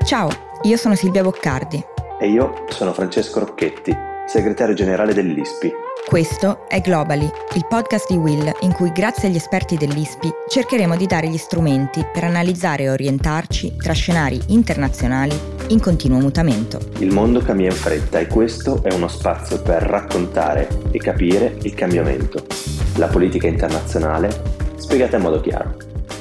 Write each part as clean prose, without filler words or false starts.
Ciao, io sono Silvia Boccardi. E io sono Francesco Rocchetti, segretario generale dell'ISPI. Questo è Globally, il podcast di Will in cui grazie agli esperti dell'ISPI cercheremo di dare gli strumenti per analizzare e orientarci tra scenari internazionali in continuo mutamento. Il mondo cambia in fretta e questo è uno spazio per raccontare e capire il cambiamento. La politica internazionale spiegata in modo chiaro.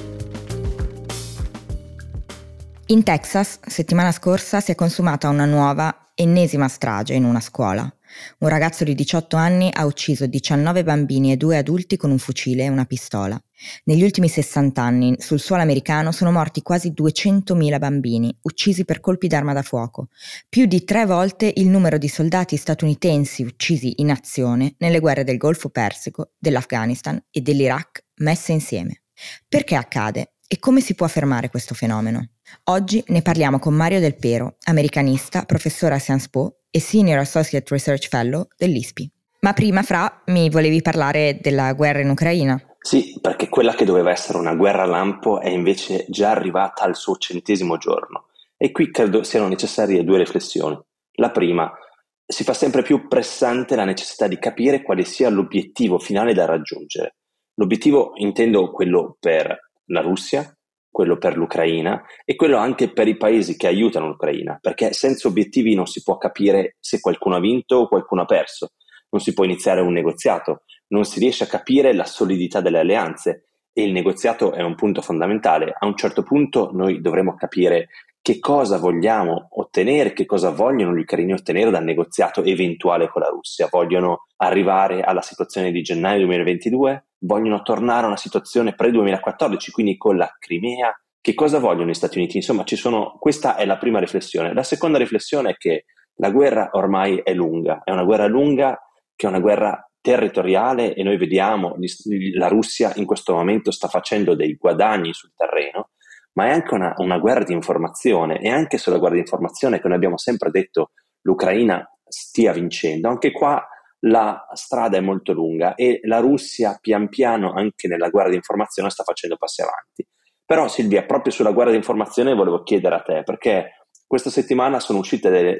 In Texas, settimana scorsa, si è consumata una nuova, ennesima strage in una scuola. Un ragazzo di 18 anni ha ucciso 19 bambini e 2 adulti con un fucile e una pistola. Negli ultimi 60 anni, sul suolo americano sono morti quasi 200.000 bambini, uccisi per colpi d'arma da fuoco, più di 3 volte il numero di soldati statunitensi uccisi in azione nelle guerre del Golfo Persico, dell'Afghanistan e dell'Iraq messe insieme. Perché accade? E come si può fermare questo fenomeno? Oggi ne parliamo con Mario Del Pero, americanista, professore a Sciences Po e Senior Associate Research Fellow dell'ISPI. Ma prima, Fra, mi volevi parlare della guerra in Ucraina? Sì, perché quella che doveva essere una guerra lampo è invece già arrivata al suo 100° giorno. E qui credo siano necessarie 2 riflessioni. La prima, si fa sempre più pressante la necessità di capire quale sia l'obiettivo finale da raggiungere. L'obiettivo intendo quello per la Russia, quello per l'Ucraina e quello anche per i paesi che aiutano l'Ucraina, perché senza obiettivi non si può capire se qualcuno ha vinto o qualcuno ha perso, non si può iniziare un negoziato, non si riesce a capire la solidità delle alleanze e il negoziato è un punto fondamentale. A un certo punto noi dovremo capire che cosa vogliamo ottenere, che cosa vogliono gli ucraini ottenere dal negoziato eventuale con la Russia. Vogliono arrivare alla situazione di gennaio 2022? Vogliono tornare a una situazione pre-2014, quindi con la Crimea? Che cosa vogliono gli Stati Uniti? Insomma, questa è la prima riflessione. La seconda riflessione è che la guerra ormai è lunga, è una guerra lunga che è una guerra territoriale e noi vediamo la Russia in questo momento sta facendo dei guadagni sul terreno, ma è anche una guerra di informazione e anche sulla guerra di informazione che noi abbiamo sempre detto l'Ucraina stia vincendo. Anche qua la strada è molto lunga e la Russia pian piano anche nella guerra di informazione sta facendo passi avanti. Però Silvia, proprio sulla guerra di informazione volevo chiedere a te, perché questa settimana sono uscite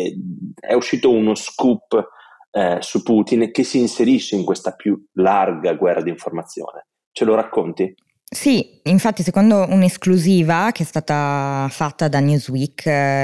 è uscito uno scoop su Putin che si inserisce in questa più larga guerra di informazione. Ce lo racconti? Sì, infatti secondo un'esclusiva che è stata fatta da Newsweek,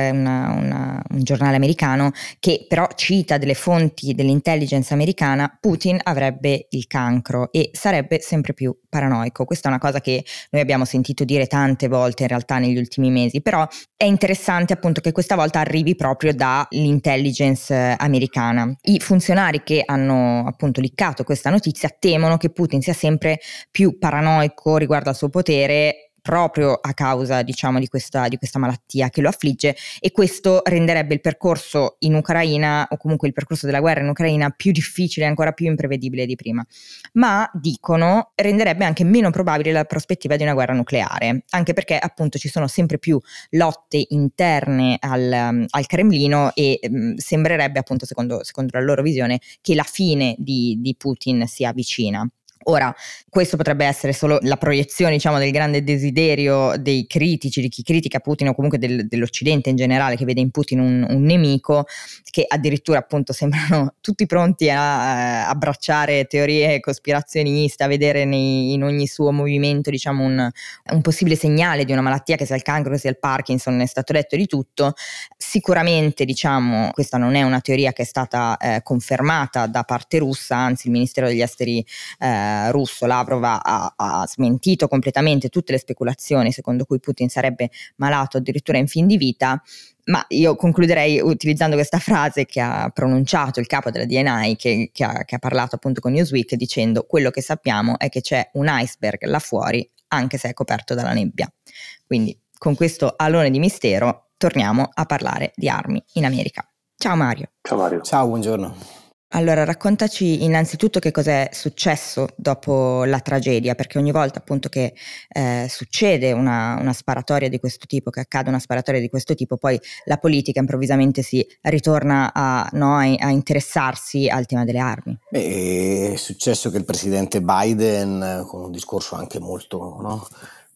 un giornale americano, che però cita delle fonti dell'intelligence americana, Putin avrebbe il cancro e sarebbe sempre più paranoico. Questa è una cosa che noi abbiamo sentito dire tante volte in realtà negli ultimi mesi, però è interessante appunto che questa volta arrivi proprio dall'intelligence americana. I funzionari che hanno appunto liccato questa notizia temono che Putin sia sempre più paranoico riguardo al suo potere proprio a causa, diciamo, di questa malattia che lo affligge, e questo renderebbe il percorso in Ucraina, o comunque il percorso della guerra in Ucraina, più difficile e ancora più imprevedibile di prima. Ma dicono renderebbe anche meno probabile la prospettiva di una guerra nucleare, anche perché appunto ci sono sempre più lotte interne al Cremlino e sembrerebbe appunto secondo la loro visione che la fine di Putin sia vicina. Ora, questo potrebbe essere solo la proiezione, diciamo, del grande desiderio dei critici, di chi critica Putin o comunque dell'Occidente in generale, che vede in Putin un nemico, che addirittura appunto sembrano tutti pronti a abbracciare teorie cospirazioniste, a vedere in ogni suo movimento, diciamo, un possibile segnale di una malattia, che sia il cancro, che sia il Parkinson. È stato detto di tutto. Sicuramente, diciamo, questa non è una teoria che è stata confermata da parte russa, anzi il Ministero degli Esteri russo Lavrov ha smentito completamente tutte le speculazioni secondo cui Putin sarebbe malato addirittura in fin di vita. Ma io concluderei utilizzando questa frase che ha pronunciato il capo della DNI che ha parlato appunto con Newsweek, dicendo: quello che sappiamo è che c'è un iceberg là fuori anche se è coperto dalla nebbia. Quindi con questo alone di mistero torniamo a parlare di armi in America. Ciao Mario. Ciao Mario. Ciao, buongiorno. Allora, raccontaci innanzitutto che cos'è successo dopo la tragedia, perché ogni volta appunto che succede una sparatoria di questo tipo, che accade una sparatoria di questo tipo, poi la politica improvvisamente si ritorna a interessarsi al tema delle armi. È successo che il presidente Biden, con un discorso anche molto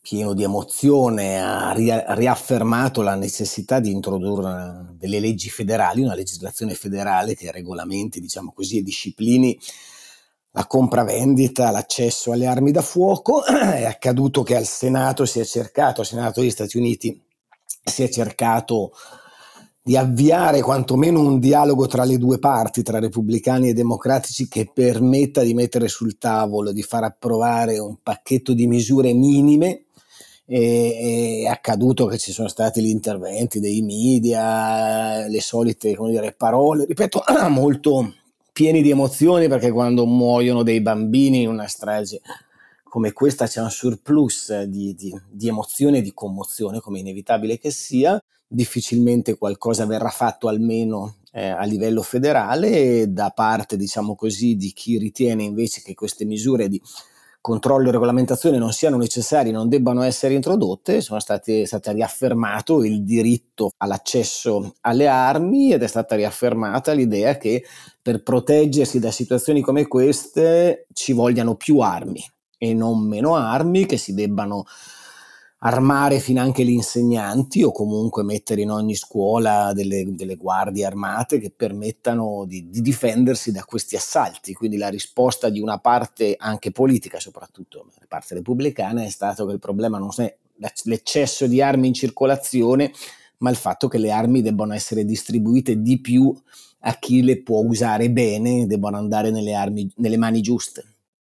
pieno di emozione, ha riaffermato la necessità di introdurre delle leggi federali, una legislazione federale che regolamenti, diciamo così, e disciplini la compravendita, l'accesso alle armi da fuoco. È accaduto che al Senato degli Stati Uniti si è cercato di avviare quantomeno un dialogo tra le due parti, tra repubblicani e democratici, che permetta di mettere sul tavolo, di far approvare un pacchetto di misure minime. È accaduto che ci sono stati gli interventi dei media, le solite, come dire, parole, ripeto, molto pieni di emozioni, perché quando muoiono dei bambini in una strage come questa c'è un surplus di emozione e di commozione, come inevitabile che sia. Difficilmente qualcosa verrà fatto almeno a livello federale, da parte, diciamo così, di chi ritiene invece che queste misure di controllo e regolamentazione non siano necessarie, non debbano essere introdotte. È stato riaffermato il diritto all'accesso alle armi, ed è stata riaffermata l'idea che per proteggersi da situazioni come queste ci vogliano più armi e non meno armi, che si debbano armare finanche gli insegnanti, o comunque mettere in ogni scuola delle guardie armate che permettano di difendersi da questi assalti. Quindi la risposta di una parte anche politica, soprattutto la parte repubblicana, è stato che il problema non è l'eccesso di armi in circolazione, ma il fatto che le armi debbano essere distribuite di più a chi le può usare bene, debbano andare nelle mani giuste.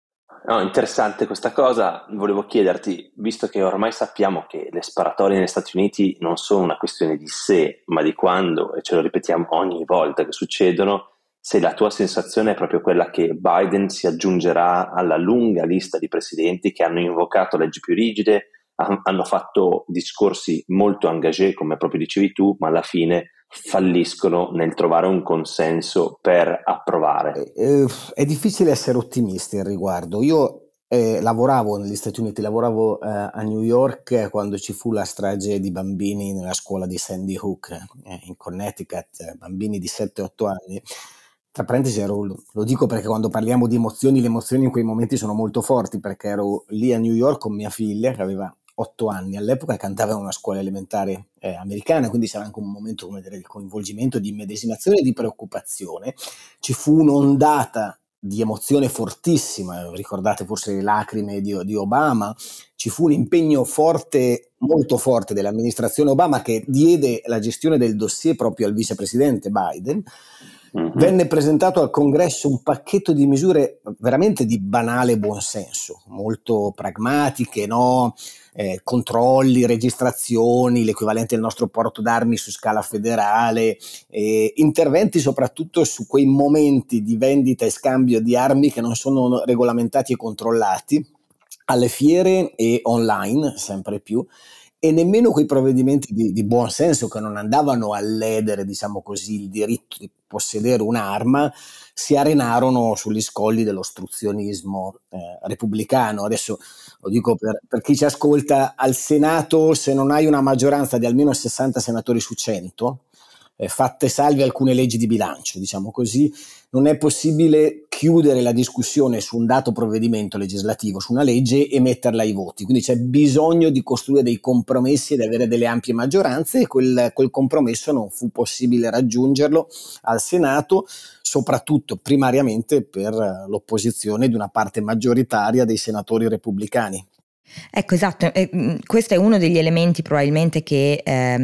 No, interessante questa cosa. Volevo chiederti, visto che ormai sappiamo che le sparatorie negli Stati Uniti non sono una questione di se, ma di quando, e ce lo ripetiamo ogni volta che succedono, se la tua sensazione è proprio quella che Biden si aggiungerà alla lunga lista di presidenti che hanno invocato leggi più rigide, hanno fatto discorsi molto engagé, come proprio dicevi tu, ma alla fine falliscono nel trovare un consenso per approvare. È difficile essere ottimisti al riguardo. Io lavoravo negli Stati Uniti, lavoravo a New York quando ci fu la strage di bambini nella scuola di Sandy Hook, in Connecticut, bambini di 7-8 anni. Tra parentesi, lo dico perché quando parliamo di emozioni, le emozioni in quei momenti sono molto forti, perché ero lì a New York con mia figlia che aveva 8 anni all'epoca, che andava in una scuola elementare americana, quindi c'era anche un momento, come dire, di coinvolgimento, di immedesimazione e di preoccupazione. Ci fu un'ondata di emozione fortissima, ricordate forse le lacrime di Obama. Ci fu un impegno forte, molto forte, dell'amministrazione Obama, che diede la gestione del dossier proprio al vicepresidente Biden. Venne presentato al Congresso un pacchetto di misure veramente di banale buonsenso, molto pragmatiche, no? Controlli, registrazioni, l'equivalente del nostro porto d'armi su scala federale, interventi soprattutto su quei momenti di vendita e scambio di armi che non sono regolamentati e controllati, alle fiere e online sempre più. E nemmeno quei provvedimenti di buon senso, che non andavano a ledere, diciamo così, il diritto di possedere un'arma, si arenarono sugli scogli dell'ostruzionismo repubblicano. Adesso lo dico per chi ci ascolta: al Senato, se non hai una maggioranza di almeno 60 senatori su 100, fatte salve alcune leggi di bilancio, diciamo così, non è possibile chiudere la discussione su un dato provvedimento legislativo, su una legge, e metterla ai voti. Quindi c'è bisogno di costruire dei compromessi ed avere delle ampie maggioranze, e quel compromesso non fu possibile raggiungerlo al Senato, soprattutto primariamente per l'opposizione di una parte maggioritaria dei senatori repubblicani. Ecco, esatto, questo è uno degli elementi probabilmente che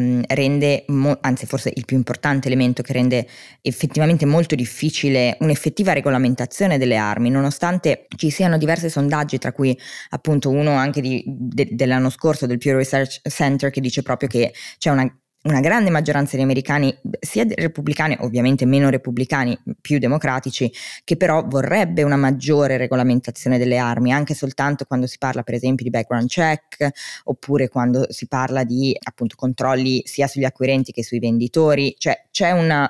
rende, anzi forse il più importante elemento, che rende effettivamente molto difficile un'effettiva regolamentazione delle armi, nonostante ci siano diversi sondaggi, tra cui appunto uno anche dell'anno scorso del Pew Research Center, che dice proprio che c'è una grande maggioranza di americani, sia repubblicani, ovviamente meno repubblicani, più democratici, che però vorrebbe una maggiore regolamentazione delle armi, anche soltanto quando si parla per esempio di background check, oppure quando si parla di appunto controlli sia sugli acquirenti che sui venditori. Cioè c'è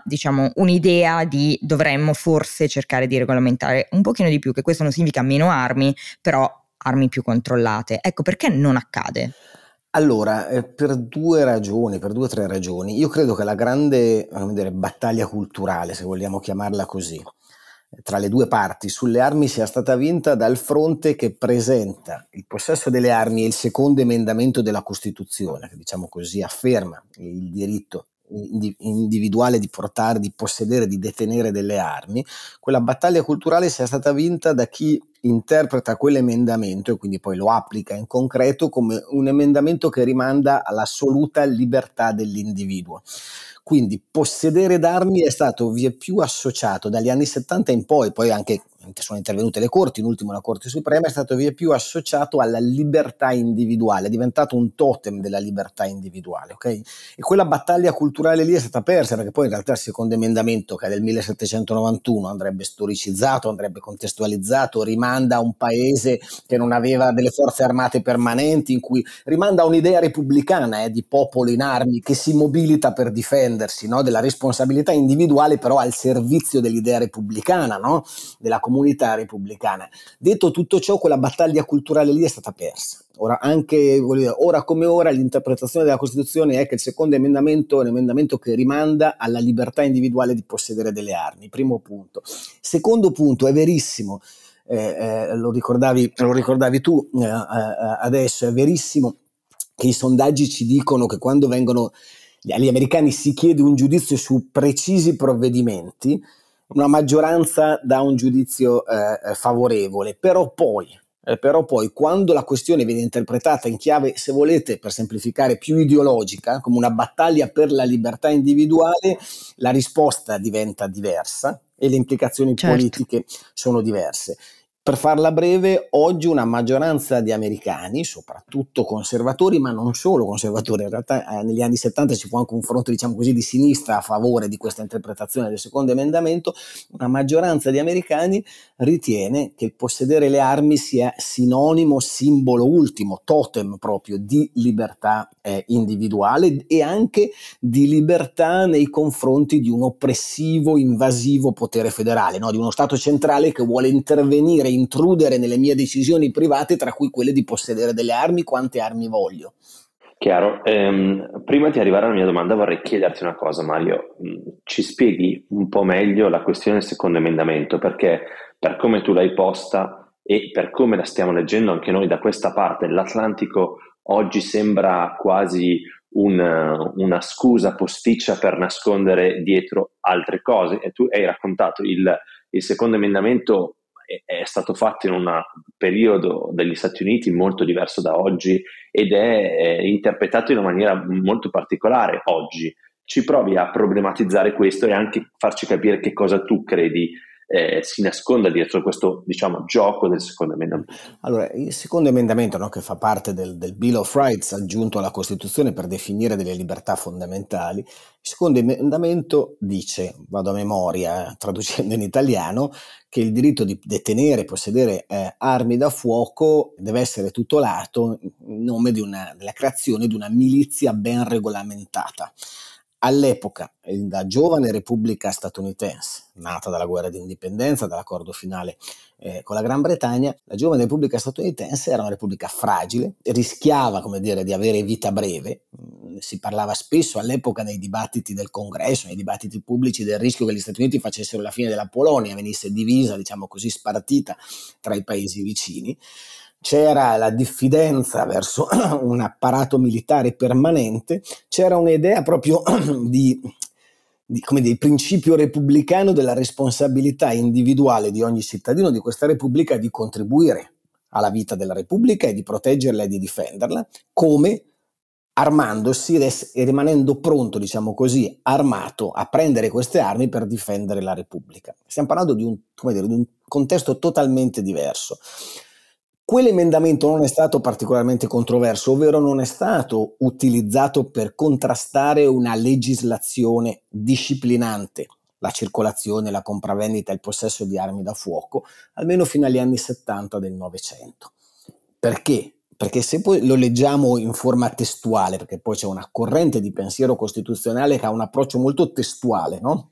un'idea di dovremmo forse cercare di regolamentare un pochino di più, che questo non significa meno armi, però armi più controllate. Ecco, perché non accade? Allora, per due o tre ragioni. Io credo che la grande, battaglia culturale, se vogliamo chiamarla così, tra le due parti sulle armi sia stata vinta dal fronte che presenta il possesso delle armi e il secondo emendamento della Costituzione, che diciamo così afferma il diritto individuale di portare, di possedere, di detenere delle armi. Quella battaglia culturale sia stata vinta da chi interpreta quell'emendamento e quindi poi lo applica in concreto come un emendamento che rimanda all'assoluta libertà dell'individuo. Quindi possedere d'armi è stato vieppiù associato dagli anni 70 in poi anche sono intervenute le corti, in ultimo la Corte Suprema, è stato vieppiù associato alla libertà individuale, è diventato un totem della libertà individuale, ok? E quella battaglia culturale lì è stata persa, perché poi in realtà il secondo emendamento, che è del 1791, andrebbe storicizzato, andrebbe contestualizzato, rimanda a un paese che non aveva delle forze armate permanenti, in cui rimanda a un'idea repubblicana di popolo in armi che si mobilita per difendersi, no? Della responsabilità individuale però al servizio dell'idea repubblicana, no? Della comunità repubblicana. Detto tutto ciò, quella battaglia culturale lì è stata persa. Ora come ora l'interpretazione della Costituzione è che il secondo emendamento è un emendamento che rimanda alla libertà individuale di possedere delle armi, primo punto. Secondo punto, è verissimo, lo ricordavi tu adesso, è verissimo che i sondaggi ci dicono che quando agli americani si chiede un giudizio su precisi provvedimenti, una maggioranza dà un giudizio favorevole, però poi quando la questione viene interpretata in chiave, se volete, per semplificare, più ideologica, come una battaglia per la libertà individuale, la risposta diventa diversa e le implicazioni politiche sono diverse. Per farla breve, oggi una maggioranza di americani, soprattutto conservatori, ma non solo conservatori, in realtà negli anni 70 ci fu anche un fronte, diciamo così, di sinistra a favore di questa interpretazione del secondo emendamento, una maggioranza di americani ritiene che il possedere le armi sia sinonimo, simbolo ultimo, totem proprio di libertà individuale e anche di libertà nei confronti di un oppressivo, invasivo potere federale, no? Di uno Stato centrale che vuole intervenire, intrudere nelle mie decisioni private, tra cui quelle di possedere delle armi, quante armi voglio. Chiaro. Prima di arrivare alla mia domanda vorrei chiederti una cosa, Mario. Ci spieghi un po' meglio la questione del secondo emendamento, perché per come tu l'hai posta e per come la stiamo leggendo anche noi da questa parte dell'Atlantico, oggi sembra quasi una scusa posticcia per nascondere dietro altre cose. E tu hai raccontato il secondo emendamento è stato fatto in un periodo degli Stati Uniti molto diverso da oggi ed è interpretato in una maniera molto particolare oggi. Ci provi a problematizzare questo e anche farci capire che cosa tu credi si nasconda dietro questo, diciamo, gioco del secondo emendamento. Allora, il secondo emendamento, no, che fa parte del Bill of Rights aggiunto alla Costituzione per definire delle libertà fondamentali, il secondo emendamento dice, vado a memoria traducendo in italiano, che il diritto di detenere e possedere armi da fuoco deve essere tutelato in nome della creazione di una milizia ben regolamentata. All'epoca, la giovane Repubblica statunitense, nata dalla guerra di indipendenza, dall'accordo finale con la Gran Bretagna, la giovane Repubblica statunitense era una repubblica fragile, rischiava, come dire, di avere vita breve. Si parlava spesso all'epoca nei dibattiti del Congresso, nei dibattiti pubblici, del rischio che gli Stati Uniti facessero la fine della Polonia, venisse divisa, diciamo così, spartita tra i paesi vicini. C'era la diffidenza verso un apparato militare permanente, c'era un'idea proprio di principio repubblicano della responsabilità individuale di ogni cittadino di questa Repubblica di contribuire alla vita della Repubblica e di proteggerla e di difenderla, come armandosi e rimanendo pronto, diciamo così, armato a prendere queste armi per difendere la Repubblica. Stiamo parlando di un contesto totalmente diverso. Quell'emendamento non è stato particolarmente controverso, ovvero non è stato utilizzato per contrastare una legislazione disciplinante la circolazione, la compravendita e il possesso di armi da fuoco, almeno fino agli anni 70 del Novecento. Perché? Perché se poi lo leggiamo in forma testuale, perché poi c'è una corrente di pensiero costituzionale che ha un approccio molto testuale, no?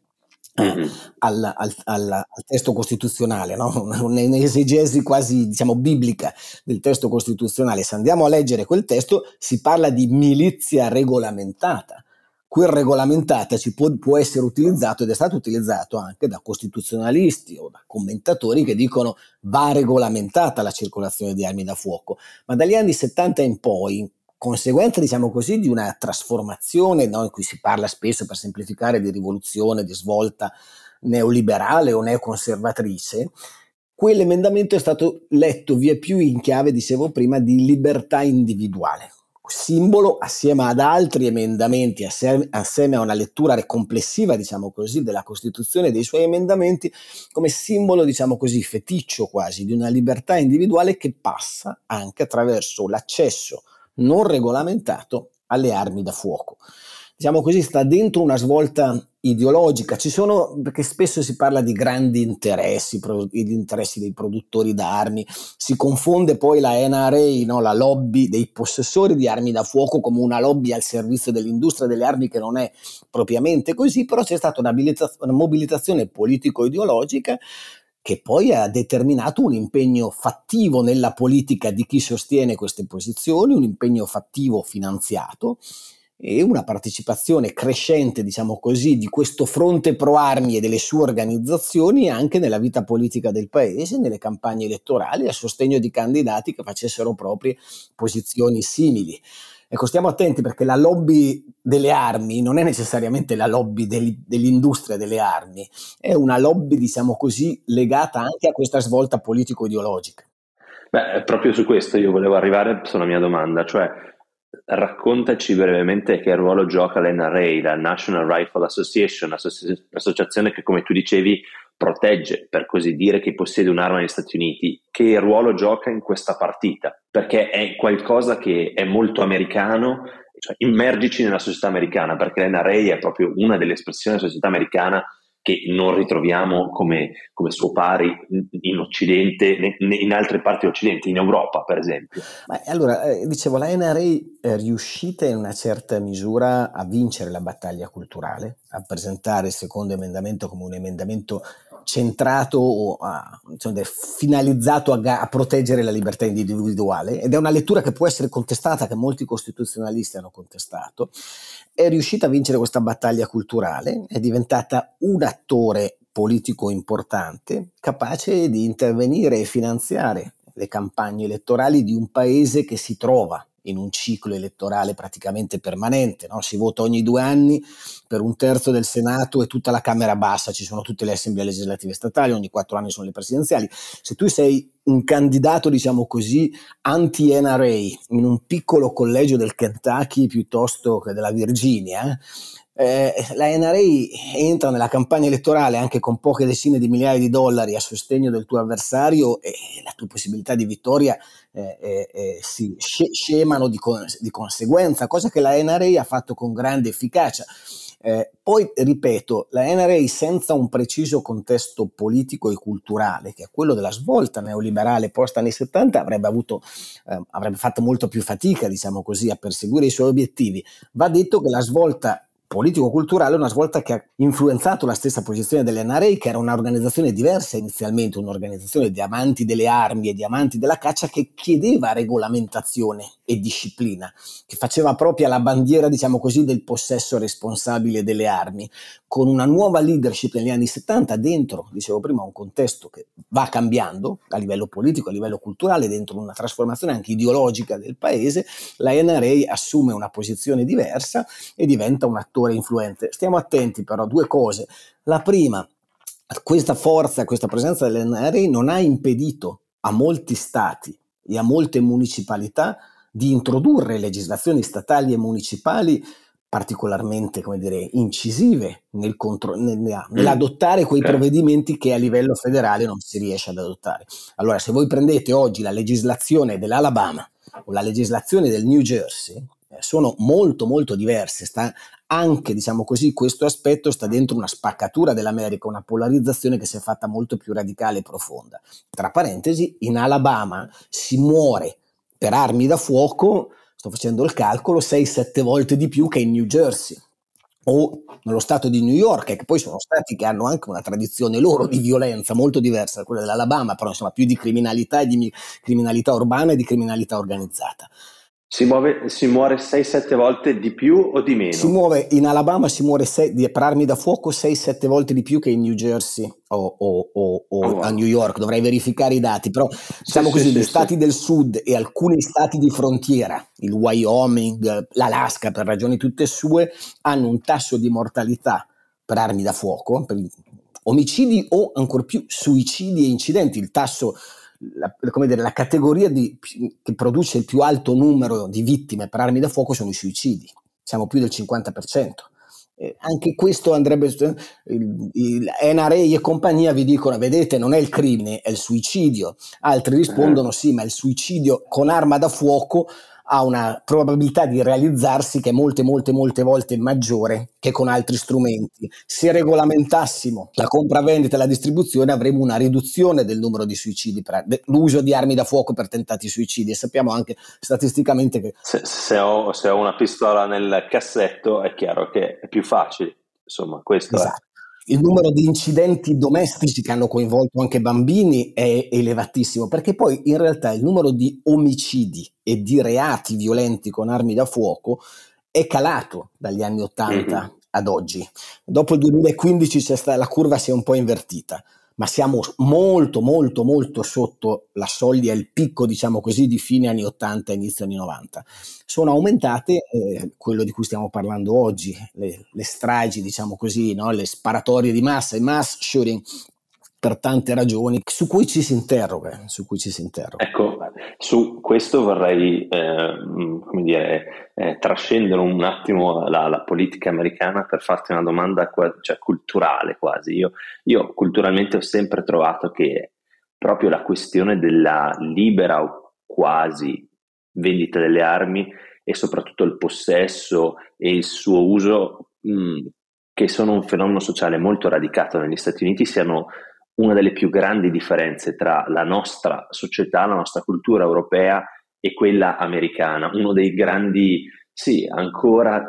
Al testo costituzionale, no? Un'esegesi quasi, diciamo, biblica del testo costituzionale. Se andiamo a leggere quel testo si parla di milizia regolamentata, quel regolamentata può essere utilizzato, ed è stato utilizzato anche da costituzionalisti o da commentatori che dicono va regolamentata la circolazione di armi da fuoco, ma dagli anni 70 in poi, conseguenza diciamo così di una trasformazione, no, in cui si parla spesso, per semplificare, di rivoluzione, di svolta neoliberale o neoconservatrice, quell'emendamento è stato letto via più in chiave, dicevo prima, di libertà individuale, simbolo assieme ad altri emendamenti, assieme a una lettura complessiva, diciamo così, della Costituzione e dei suoi emendamenti, come simbolo, diciamo così, feticcio quasi, di una libertà individuale che passa anche attraverso l'accesso non regolamentato alle armi da fuoco. Diciamo così, sta dentro una svolta ideologica. Perché spesso si parla di grandi interessi, gli interessi dei produttori d'armi, si confonde poi la NRA, no, la lobby dei possessori di armi da fuoco, come una lobby al servizio dell'industria delle armi, che non è propriamente così, però c'è stata una mobilitazione politico-ideologica che poi ha determinato un impegno fattivo nella politica di chi sostiene queste posizioni, un impegno fattivo finanziato e una partecipazione crescente, diciamo così, di questo fronte pro armi e delle sue organizzazioni anche nella vita politica del paese, nelle campagne elettorali, a sostegno di candidati che facessero proprie posizioni simili. Ecco, stiamo attenti, perché la lobby delle armi non è necessariamente la lobby dell'industria delle armi, è una lobby, diciamo così, legata anche a questa svolta politico-ideologica. Beh, proprio su questo io volevo arrivare sulla mia domanda, cioè raccontaci brevemente che ruolo gioca l'NRA, la National Rifle Association, l'associazione che, come tu dicevi, protegge, per così dire, chi possiede un'arma negli Stati Uniti. Che ruolo gioca in questa partita? Perché è qualcosa che è molto americano, cioè immergici nella società americana, perché l'NRA è proprio una delle espressioni della società americana che non ritroviamo come suo pari in Occidente, in altre parti dell'Occidente, in Europa per esempio. Allora, dicevo, la NRA è riuscita in una certa misura a vincere la battaglia culturale, a presentare il secondo emendamento come un emendamento centrato o finalizzato a proteggere la libertà individuale, ed è una lettura che può essere contestata, che molti costituzionalisti hanno contestato. È riuscita a vincere questa battaglia culturale, è diventata un attore politico importante, capace di intervenire e finanziare le campagne elettorali di un paese che si trova in un ciclo elettorale praticamente permanente, no? Si vota ogni 2 anni per un terzo del Senato e tutta la Camera bassa, ci sono tutte le assemblee legislative statali, ogni 4 anni sono le presidenziali. Se tu sei un candidato, diciamo così, anti-NRA in un piccolo collegio del Kentucky piuttosto che della Virginia, la NRA entra nella campagna elettorale anche con poche decine di migliaia di dollari a sostegno del tuo avversario, e la tua possibilità di vittoria si scemano di conseguenza, cosa che la NRA ha fatto con grande efficacia. Poi, ripeto, la NRA, senza un preciso contesto politico e culturale, che è quello della svolta neoliberale post anni 70, avrebbe fatto molto più fatica, diciamo così, a perseguire i suoi obiettivi. Va detto che la svolta politico-culturale è una svolta che ha influenzato la stessa posizione dell'NRA, che era un'organizzazione diversa inizialmente, un'organizzazione di amanti delle armi e di amanti della caccia, che chiedeva regolamentazione e disciplina, che faceva propria la bandiera, diciamo così, del possesso responsabile delle armi, con una nuova leadership negli anni 70 dentro, dicevo prima, un contesto che va cambiando a livello politico, a livello culturale, dentro una trasformazione anche ideologica del paese. La NRA assume una posizione diversa e diventa un attore influente. Stiamo attenti però a 2 cose. La prima, questa forza, questa presenza dell'NRA non ha impedito a molti stati e a molte municipalità di introdurre legislazioni statali e municipali particolarmente, come dire, incisive nell'adottare quei provvedimenti che a livello federale non si riesce ad adottare. Allora, se voi prendete oggi la legislazione dell'Alabama o la legislazione del New Jersey, sono molto molto diverse. Sta anche, diciamo così, questo aspetto sta dentro una spaccatura dell'America, una polarizzazione che si è fatta molto più radicale e profonda. Tra parentesi, in Alabama si muore per armi da fuoco, sto facendo il calcolo, 6-7 volte di più che in New Jersey o nello stato di New York, che poi sono stati che hanno anche una tradizione loro di violenza molto diversa da quella dell'Alabama, però insomma più di criminalità e di criminalità urbana e di criminalità organizzata. Si muore 6-7 volte di più o di meno? In Alabama si muore per armi da fuoco 6-7 volte di più che in New Jersey Oh o a New wow. York, dovrei verificare i dati, però Sì, diciamo sì, così, gli sì, sì. stati del sud e alcuni stati di frontiera, il Wyoming, l'Alaska per ragioni tutte sue, hanno un tasso di mortalità per armi da fuoco, per omicidi o ancor più suicidi e incidenti. Il tasso, come dire, la categoria che produce il più alto numero di vittime per armi da fuoco sono i suicidi, siamo più del 50%. Anche questo andrebbe, il NRA e compagnia vi dicono: vedete, non è il crimine, è il suicidio. Altri rispondono: sì, ma il suicidio con arma da fuoco ha una probabilità di realizzarsi che è molte volte maggiore che con altri strumenti. Se regolamentassimo la compravendita e la distribuzione, avremo una riduzione del numero di suicidi per l'uso di armi da fuoco per tentati suicidi, e sappiamo anche statisticamente che Se ho una pistola nel cassetto è chiaro che è più facile, insomma, questo è. esatto. Il numero di incidenti domestici che hanno coinvolto anche bambini è elevatissimo, perché poi in realtà il numero di omicidi e di reati violenti con armi da fuoco è calato dagli anni Mhm. 80 ad oggi. Dopo il 2015 la curva si è un po' invertita, ma siamo molto sotto la soglia, il picco, diciamo così, di fine anni 80 e inizio anni 90. Sono aumentate, quello di cui stiamo parlando oggi, le stragi, diciamo così, no? Le sparatorie di massa, i mass shooting, per tante ragioni su cui ci si interroga, su cui ci si interroga. Ecco, su questo vorrei, come dire, trascendere un attimo la politica americana per farti una domanda cioè culturale quasi. Io culturalmente ho sempre trovato che proprio la questione della libera o quasi vendita delle armi e soprattutto il possesso e il suo uso, che sono un fenomeno sociale molto radicato negli Stati Uniti, siano una delle più grandi differenze tra la nostra società, la nostra cultura europea e quella americana. Uno dei grandi, sì, ancora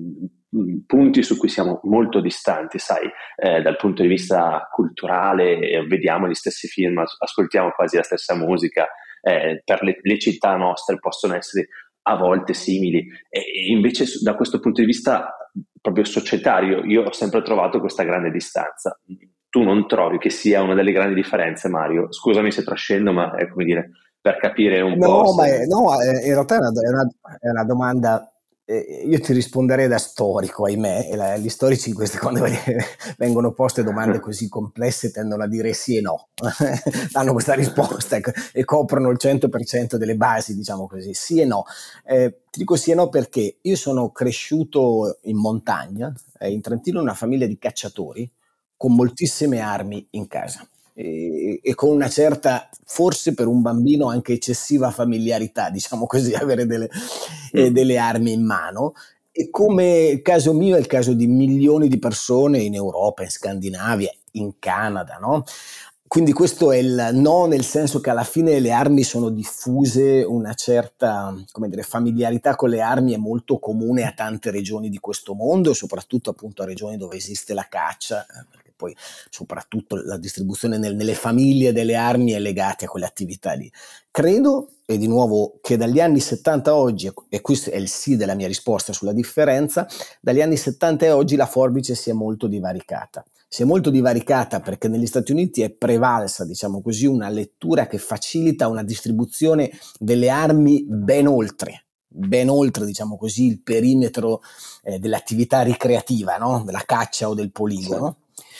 punti su cui siamo molto distanti, sai, dal punto di vista culturale, vediamo gli stessi film, ascoltiamo quasi la stessa musica, per le città nostre possono essere a volte simili, e invece da questo punto di vista proprio societario io ho sempre trovato questa grande distanza. Tu non trovi che sia una delle grandi differenze, Mario? Scusami se trascendo, ma è come dire, per capire un po' No, se. no, in realtà è una domanda, io ti risponderei da storico, ahimè, gli storici quando vengono poste domande così complesse tendono a dire sì e no, danno questa risposta e coprono il 100% delle basi, diciamo così, sì e no. Ti dico sì e no perché io sono cresciuto in montagna, in Trentino, in una famiglia di cacciatori con moltissime armi in casa. E con una certa, forse per un bambino anche eccessiva familiarità, diciamo così, avere Mm. delle armi in mano. E come il caso mio è il caso di milioni di persone in Europa, in Scandinavia, in Canada, no? Quindi questo è il no, nel senso che alla fine le armi sono diffuse, una certa, come dire, familiarità con le armi è molto comune a tante regioni di questo mondo, soprattutto appunto a regioni dove esiste la caccia, perché poi soprattutto la distribuzione nelle famiglie delle armi è legata a quelle attività lì. Credo, e di nuovo, che dagli anni 70 a oggi, e questo è il sì della mia risposta sulla differenza, dagli anni 70 a oggi la forbice si è molto divaricata. Si è molto divaricata perché negli Stati Uniti è prevalsa, diciamo così, una lettura che facilita una distribuzione delle armi ben oltre, diciamo così, il perimetro dell'attività ricreativa, no? Della caccia o del Sì. poligono.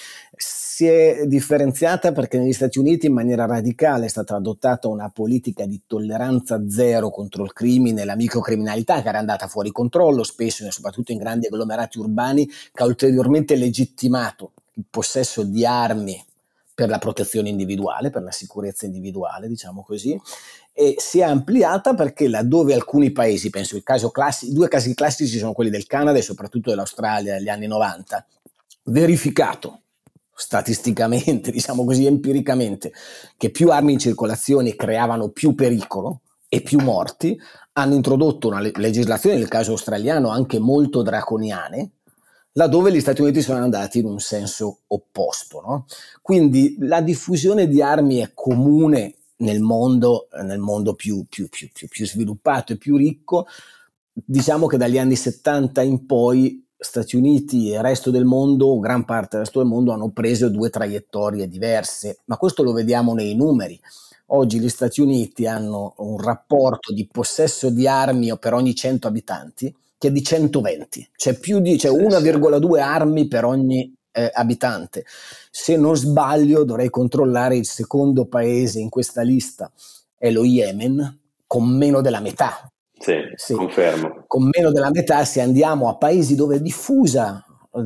Si è differenziata perché negli Stati Uniti in maniera radicale è stata adottata una politica di tolleranza zero contro il crimine e la microcriminalità che era andata fuori controllo, spesso e soprattutto in grandi agglomerati urbani, che ha ulteriormente legittimato il possesso di armi per la protezione individuale, per la sicurezza individuale, diciamo così, e si è ampliata perché laddove alcuni paesi, penso i due casi classici sono quelli del Canada e soprattutto dell'Australia negli anni 90, verificato statisticamente, diciamo così, empiricamente, che più armi in circolazione creavano più pericolo e più morti, hanno introdotto una legislazione, nel caso australiano, anche molto draconiane, laddove gli Stati Uniti sono andati in un senso opposto, no? Quindi la diffusione di armi è comune nel mondo più sviluppato e più ricco. Diciamo che dagli anni 70 in poi Stati Uniti e il resto del mondo, gran parte del resto del mondo, hanno preso 2 traiettorie diverse, ma questo lo vediamo nei numeri. Oggi gli Stati Uniti hanno un rapporto di possesso di armi per ogni 100 abitanti che è di 120, c'è 1,2 armi per ogni abitante. Se non sbaglio, dovrei controllare, il secondo paese in questa lista è lo Yemen, con meno della metà. Sì, confermo. Con meno della metà. Se andiamo a paesi dove è diffuso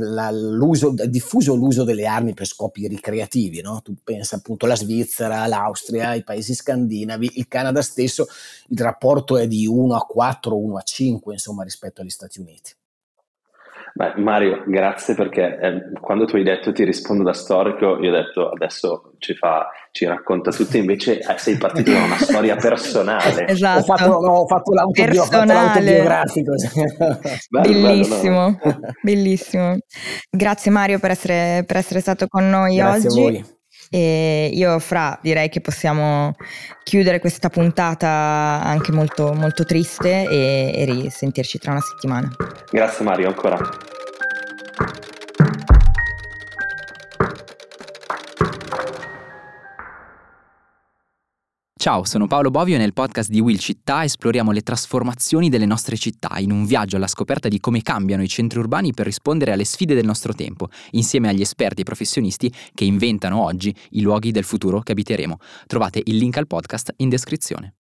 l'uso delle armi per scopi ricreativi, no? Tu pensa appunto alla Svizzera, l'Austria, i paesi scandinavi, il Canada stesso, il rapporto è di 1-4, 1-5, insomma, rispetto agli Stati Uniti. Beh, Mario, grazie, perché quando tu hai detto ti rispondo da storico, io ho detto adesso ci racconta tutto, invece sei partito da una storia personale. Esatto. Ho fatto l'autobiografico. Bellissimo, bellissimo. Grazie Mario per essere stato con noi Grazie oggi. A voi. E io, direi che possiamo chiudere questa puntata anche molto, molto triste e risentirci tra una settimana. Grazie Mario, ancora. Ciao, sono Paolo Bovio e nel podcast di Will Città esploriamo le trasformazioni delle nostre città in un viaggio alla scoperta di come cambiano i centri urbani per rispondere alle sfide del nostro tempo, insieme agli esperti e professionisti che inventano oggi i luoghi del futuro che abiteremo. Trovate il link al podcast in descrizione.